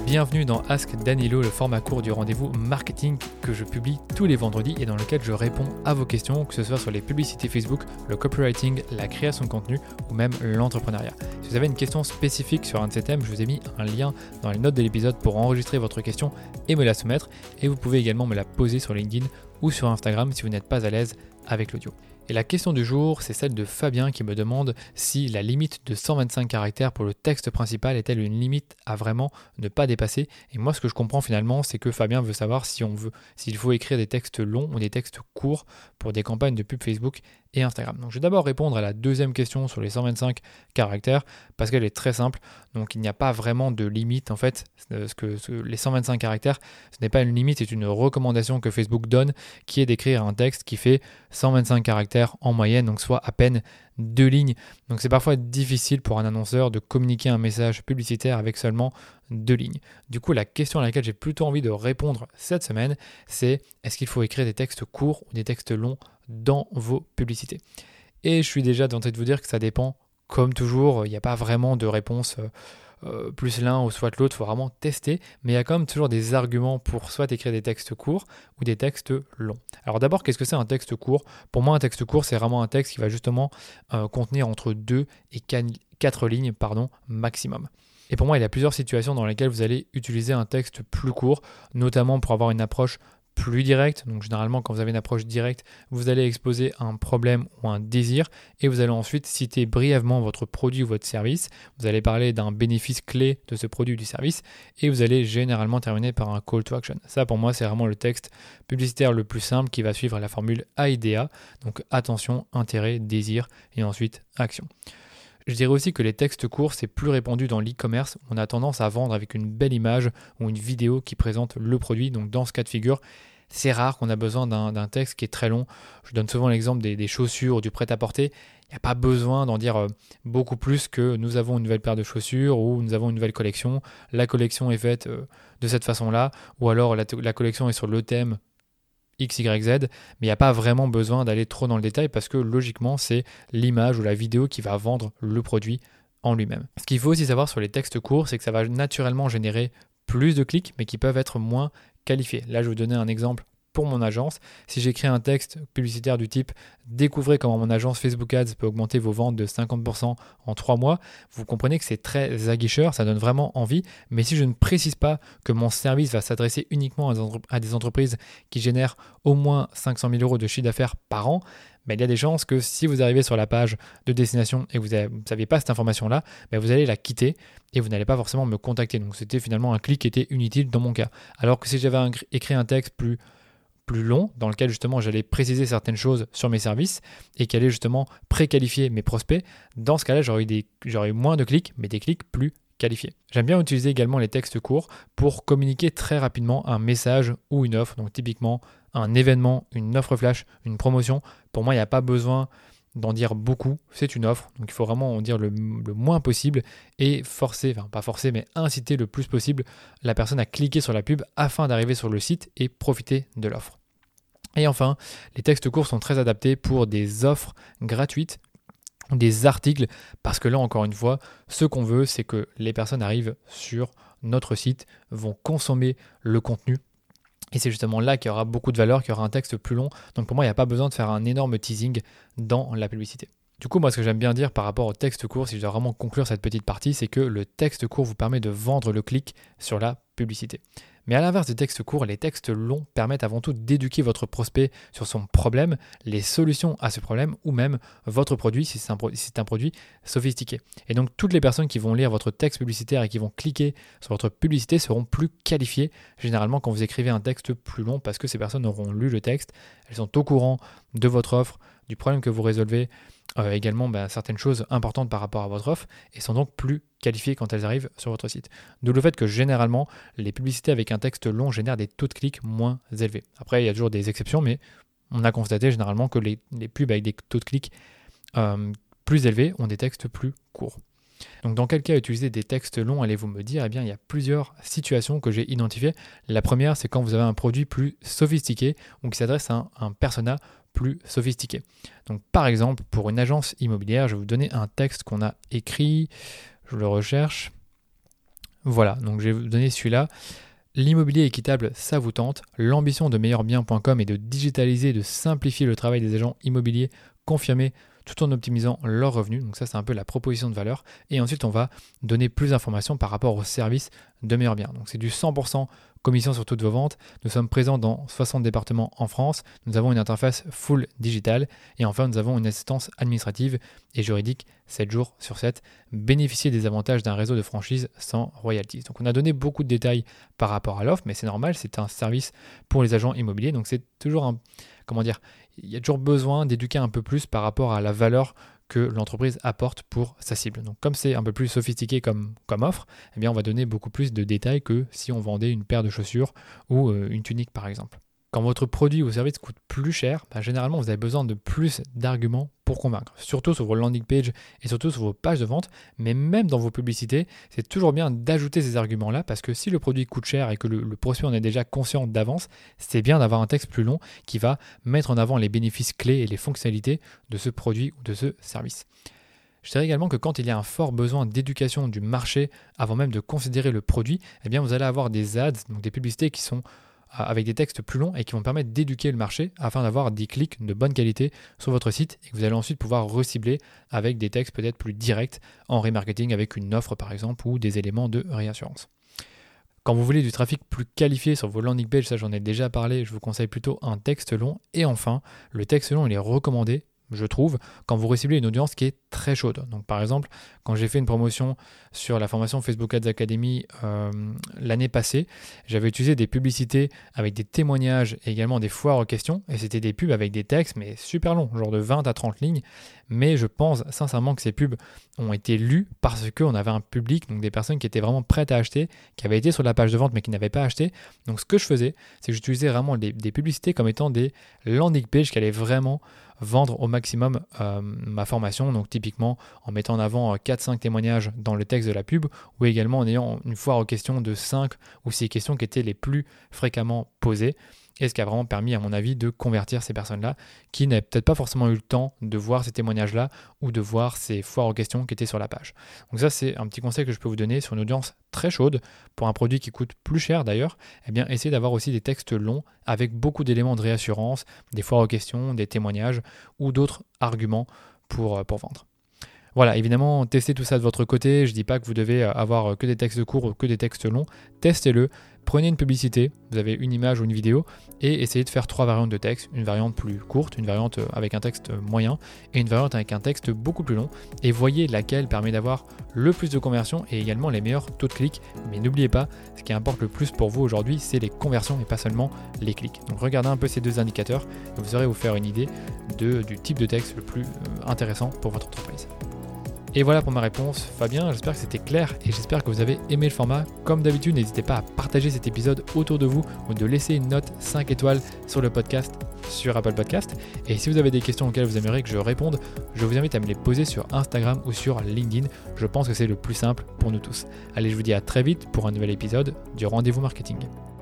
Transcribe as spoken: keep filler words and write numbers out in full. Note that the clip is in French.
Bienvenue dans Ask Danilo, le format court du rendez-vous marketing que je publie tous les vendredis et dans lequel je réponds à vos questions, que ce soit sur les publicités Facebook, le copywriting, la création de contenu ou même l'entrepreneuriat. Si vous avez une question spécifique sur un de ces thèmes, je vous ai mis un lien dans les notes de l'épisode pour enregistrer votre question et me la soumettre. Et vous pouvez également me la poser sur LinkedIn ou sur Instagram si vous n'êtes pas à l'aise avec l'audio. Et la question du jour, c'est celle de Fabien qui me demande si la limite de cent vingt-cinq caractères pour le texte principal est-elle une limite à vraiment ne pas dépasser. Et moi, ce que je comprends finalement, c'est que Fabien veut savoir si on veut, s'il faut écrire des textes longs ou des textes courts pour des campagnes de pub Facebook et Instagram. Donc, je vais d'abord répondre à la deuxième question sur les cent vingt-cinq caractères parce qu'elle est très simple. Donc, il n'y a pas vraiment de limite en fait. Ce que, ce, les cent vingt-cinq caractères, ce n'est pas une limite, c'est une recommandation que Facebook donne qui est d'écrire un texte qui fait cent vingt-cinq caractères en moyenne, donc soit à peine deux lignes. Donc c'est parfois difficile pour un annonceur de communiquer un message publicitaire avec seulement deux lignes. Du coup, la question à laquelle j'ai plutôt envie de répondre cette semaine, c'est est-ce qu'il faut écrire des textes courts ou des textes longs dans vos publicités? Et je suis déjà tenté de vous dire que ça dépend. Comme toujours, il n'y a pas vraiment de réponse euh, Euh, plus l'un ou soit l'autre, il faut vraiment tester, mais il y a quand même toujours des arguments pour soit écrire des textes courts ou des textes longs. Alors d'abord, qu'est-ce que c'est un texte court? Pour moi, un texte court, c'est vraiment un texte qui va justement euh, contenir entre deux et quatre lignes pardon, maximum. Et pour moi, il y a plusieurs situations dans lesquelles vous allez utiliser un texte plus court, notamment pour avoir une approche plus direct. Donc généralement, quand vous avez une approche directe, vous allez exposer un problème ou un désir et vous allez ensuite citer brièvement votre produit ou votre service. Vous allez parler d'un bénéfice clé de ce produit ou du service et vous allez généralement terminer par un call to action. Ça, pour moi, c'est vraiment le texte publicitaire le plus simple qui va suivre la formule A I D A. Donc attention, intérêt, désir et ensuite action. Je dirais aussi que les textes courts, c'est plus répandu dans l'e-commerce. On a tendance à vendre avec une belle image ou une vidéo qui présente le produit. Donc dans ce cas de figure, c'est rare qu'on a besoin d'un, d'un texte qui est très long. Je donne souvent l'exemple des, des chaussures ou du prêt-à-porter. Il n'y a pas besoin d'en dire beaucoup plus que nous avons une nouvelle paire de chaussures ou nous avons une nouvelle collection. La collection est faite de cette façon-là ou alors la, la collection est sur le thème X Y Z, mais il n'y a pas vraiment besoin d'aller trop dans le détail parce que logiquement, c'est l'image ou la vidéo qui va vendre le produit en lui-même. Ce qu'il faut aussi savoir sur les textes courts, c'est que ça va naturellement générer plus de clics, mais qui peuvent être moins qualifiés. Là, je vais vous donner un exemple pour mon agence. Si j'écris un texte publicitaire du type « Découvrez comment mon agence Facebook Ads peut augmenter vos ventes de cinquante pour cent en trois mois », vous comprenez que c'est très aguicheur, ça donne vraiment envie. Mais si je ne précise pas que mon service va s'adresser uniquement à des entreprises qui génèrent au moins cinq cent mille euros de chiffre d'affaires par an, mais il y a des chances que si vous arrivez sur la page de destination et que vous ne saviez pas cette information-là, ben vous allez la quitter et vous n'allez pas forcément me contacter. Donc c'était finalement un clic qui était inutile dans mon cas. Alors que si j'avais un, écrit un texte plus, plus long, dans lequel justement j'allais préciser certaines choses sur mes services et qui allait justement préqualifier mes prospects, dans ce cas-là, j'aurais eu, des, j'aurais eu moins de clics, mais des clics plus qualifiés. J'aime bien utiliser également les textes courts pour communiquer très rapidement un message ou une offre. Donc typiquement, un événement, une offre flash, une promotion. Pour moi, il n'y a pas besoin d'en dire beaucoup. C'est une offre. Donc il faut vraiment en dire le, le moins possible et forcer, enfin pas forcer, mais inciter le plus possible la personne à cliquer sur la pub afin d'arriver sur le site et profiter de l'offre. Et enfin, les textes courts sont très adaptés pour des offres gratuites ou des articles parce que là, encore une fois, ce qu'on veut, c'est que les personnes arrivent sur notre site, vont consommer le contenu. Et c'est justement là qu'il y aura beaucoup de valeur, qu'il y aura un texte plus long. Donc pour moi, il n'y a pas besoin de faire un énorme teasing dans la publicité. Du coup, moi, ce que j'aime bien dire par rapport au texte court, si je dois vraiment conclure cette petite partie, c'est que le texte court vous permet de vendre le clic sur la publicité. Mais à l'inverse des textes courts, les textes longs permettent avant tout d'éduquer votre prospect sur son problème, les solutions à ce problème ou même votre produit si c'est un, pro- si c'est un produit sophistiqué. Et donc toutes les personnes qui vont lire votre texte publicitaire et qui vont cliquer sur votre publicité seront plus qualifiées généralement quand vous écrivez un texte plus long parce que ces personnes auront lu le texte, elles sont au courant de votre offre, du problème que vous résolvez, euh, également bah, certaines choses importantes par rapport à votre offre et sont donc plus qualifiées quand elles arrivent sur votre site. D'où le fait que généralement, les publicités avec un texte long génèrent des taux de clics moins élevés. Après, il y a toujours des exceptions, mais on a constaté généralement que les, les pubs avec des taux de clics euh, plus élevés ont des textes plus courts. Donc dans quel cas utiliser des textes longs, allez-vous me dire? Eh bien, il y a plusieurs situations que j'ai identifiées. La première, c'est quand vous avez un produit plus sophistiqué ou qui s'adresse à un, un persona plus sophistiqué. Donc par exemple, pour une agence immobilière, je vais vous donner un texte qu'on a écrit, je le recherche. Voilà, donc je vais vous donner celui-là. L'immobilier équitable, ça vous tente. L'ambition de meilleur bien point com est de digitaliser et de simplifier le travail des agents immobiliers confirmés tout en optimisant leurs revenus. Donc ça, c'est un peu la proposition de valeur. Et ensuite, on va donner plus d'informations par rapport au service de meilleur bien. Donc c'est du cent pour cent commission sur toutes vos ventes. Nous sommes présents dans soixante départements en France. Nous avons une interface full digitale. Et enfin, nous avons une assistance administrative et juridique sept jours sur sept. Bénéficier des avantages d'un réseau de franchise sans royalties. Donc on a donné beaucoup de détails par rapport à l'offre, mais c'est normal, c'est un service pour les agents immobiliers. Donc c'est toujours un... Comment dire, il y a toujours besoin d'éduquer un peu plus par rapport à la valeur que l'entreprise apporte pour sa cible. Donc comme c'est un peu plus sophistiqué comme, comme offre, eh bien on va donner beaucoup plus de détails que si on vendait une paire de chaussures ou euh, une tunique par exemple. Quand votre produit ou service coûte plus cher, bah, généralement vous avez besoin de plus d'arguments pour convaincre, surtout sur vos landing pages et surtout sur vos pages de vente, mais même dans vos publicités, c'est toujours bien d'ajouter ces arguments-là parce que si le produit coûte cher et que le, le prospect en est déjà conscient d'avance, c'est bien d'avoir un texte plus long qui va mettre en avant les bénéfices clés et les fonctionnalités de ce produit ou de ce service. Je dirais également que quand il y a un fort besoin d'éducation du marché avant même de considérer le produit, eh bien vous allez avoir des ads, donc des publicités qui sont avec des textes plus longs et qui vont permettre d'éduquer le marché afin d'avoir des clics de bonne qualité sur votre site et que vous allez ensuite pouvoir recibler avec des textes peut-être plus directs en remarketing avec une offre par exemple ou des éléments de réassurance. Quand vous voulez du trafic plus qualifié sur vos landing pages, ça j'en ai déjà parlé, je vous conseille plutôt un texte long. Et enfin, le texte long il est recommandé, je trouve, quand vous reciblez une audience qui est très chaude. Donc par exemple, quand j'ai fait une promotion sur la formation Facebook Ads Academy euh, l'année passée, j'avais utilisé des publicités avec des témoignages et également des foires aux questions, et c'était des pubs avec des textes mais super longs, genre de vingt à trente lignes, mais je pense sincèrement que ces pubs ont été lues parce qu'on avait un public, donc des personnes qui étaient vraiment prêtes à acheter, qui avaient été sur la page de vente mais qui n'avaient pas acheté. Donc ce que je faisais, c'est que j'utilisais vraiment des, des publicités comme étant des landing pages qui allaient vraiment vendre au maximum euh, ma formation, donc typiquement en mettant en avant quatre cinq témoignages dans le texte de la pub ou également en ayant une foire aux questions de cinq ou six questions qui étaient les plus fréquemment posées. Et ce qui a vraiment permis, à mon avis, de convertir ces personnes-là qui n'avaient peut-être pas forcément eu le temps de voir ces témoignages-là ou de voir ces foires aux questions qui étaient sur la page. Donc ça, c'est un petit conseil que je peux vous donner sur une audience très chaude, pour un produit qui coûte plus cher d'ailleurs. Eh bien, essayez d'avoir aussi des textes longs avec beaucoup d'éléments de réassurance, des foires aux questions, des témoignages ou d'autres arguments pour, pour vendre. Voilà, évidemment, testez tout ça de votre côté. Je ne dis pas que vous devez avoir que des textes courts ou que des textes longs. Testez-le. Prenez une publicité, vous avez une image ou une vidéo, et essayez de faire trois variantes de texte. Une variante plus courte, une variante avec un texte moyen, et une variante avec un texte beaucoup plus long. Et voyez laquelle permet d'avoir le plus de conversions et également les meilleurs taux de clics. Mais n'oubliez pas, ce qui importe le plus pour vous aujourd'hui, c'est les conversions et pas seulement les clics. Donc regardez un peu ces deux indicateurs, et vous saurez vous faire une idée de, du type de texte le plus intéressant pour votre entreprise. Et voilà pour ma réponse. Fabien, j'espère que c'était clair et j'espère que vous avez aimé le format. Comme d'habitude, n'hésitez pas à partager cet épisode autour de vous ou de laisser une note cinq étoiles sur le podcast sur Apple Podcast. Et si vous avez des questions auxquelles vous aimeriez que je réponde, je vous invite à me les poser sur Instagram ou sur LinkedIn. Je pense que c'est le plus simple pour nous tous. Allez, je vous dis à très vite pour un nouvel épisode du Rendez-vous Marketing.